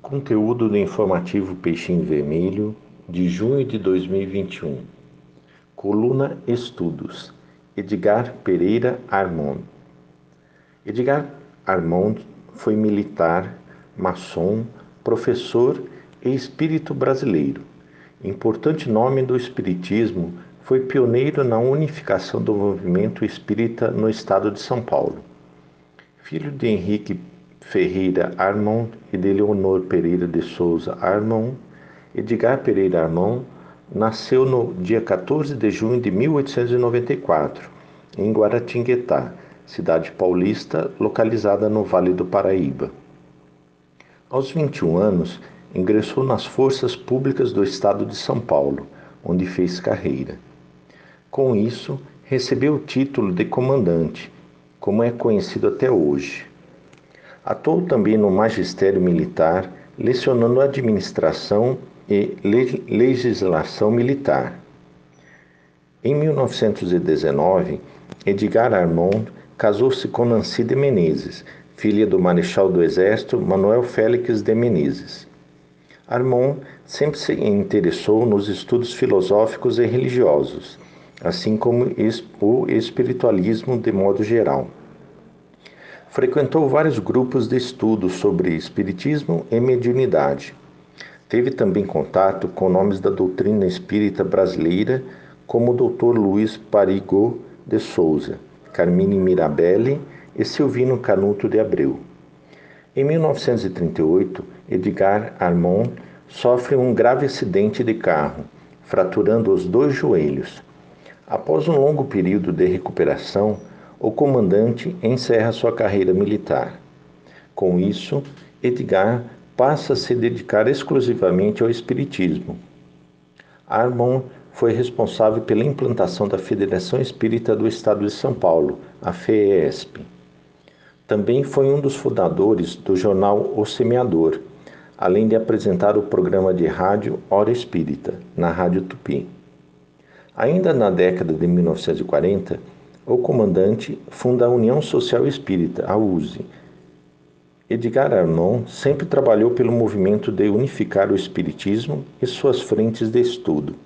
Conteúdo do informativo Peixinho Vermelho, de junho de 2021. Coluna Estudos. Edgar Pereira Armond. Edgar Armond foi militar, maçom, professor e espírito brasileiro. Importante nome do espiritismo, foi pioneiro na unificação do movimento espírita no estado de São Paulo. Filho de Henrique Ferreira Armond e de Leonor Pereira de Souza Armond, Edgar Pereira Armond nasceu no dia 14 de junho de 1894, em Guaratinguetá, cidade paulista localizada no Vale do Paraíba. Aos 21 anos, ingressou nas forças públicas do estado de São Paulo, onde fez carreira. Com isso, recebeu o título de comandante, como é conhecido até hoje. Atuou também no magistério militar, lecionando administração e legislação militar. Em 1919, Edgar Armond casou-se com Nancy de Menezes, filha do marechal do Exército Manuel Félix de Menezes. Armond sempre se interessou nos estudos filosóficos e religiosos, assim como o espiritualismo de modo geral. Frequentou vários grupos de estudo sobre espiritismo e mediunidade. Teve também contato com nomes da doutrina espírita brasileira, como o Dr. Luiz Parigot de Souza, Carmine Mirabelli e Silvino Canuto de Abreu. Em 1938, Edgar Armond sofre um grave acidente de carro, fraturando os 2 joelhos. Após um longo período de recuperação, o comandante encerra sua carreira militar. Com isso, Edgar passa a se dedicar exclusivamente ao espiritismo. Armond foi responsável pela implantação da Federação Espírita do Estado de São Paulo, a FEESP. Também foi um dos fundadores do jornal O Semeador, além de apresentar o programa de rádio Hora Espírita, na Rádio Tupi. Ainda na década de 1940, o comandante funda a União Social Espírita, a USE. Edgar Armond sempre trabalhou pelo movimento de unificar o espiritismo e suas frentes de estudo.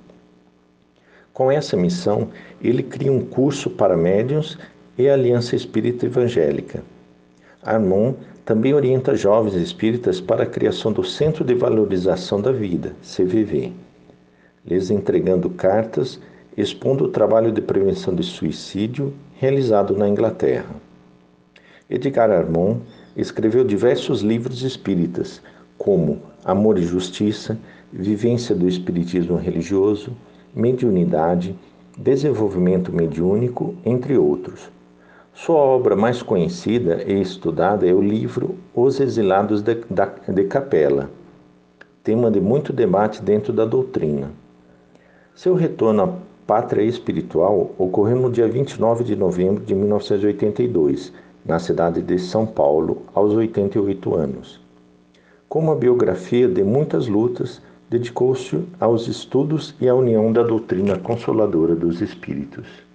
Com essa missão, ele cria um curso para médiuns e a Aliança Espírita Evangélica. Armond também orienta jovens espíritas para a criação do Centro de Valorização da Vida, CVV, lhes entregando cartas expondo o trabalho de prevenção de suicídio realizado na Inglaterra. Edgar Armond escreveu diversos livros espíritas, como Amor e Justiça, Vivência do Espiritismo Religioso, Mediunidade, Desenvolvimento Mediúnico, entre outros. Sua obra mais conhecida e estudada é o livro Os Exilados de Capela, tema de muito debate dentro da doutrina. Seu retorno à pátria espiritual ocorreu no dia 29 de novembro de 1982, na cidade de São Paulo, aos 88 anos. Com uma biografia de muitas lutas, dedicou-se aos estudos e à união da doutrina consoladora dos espíritos.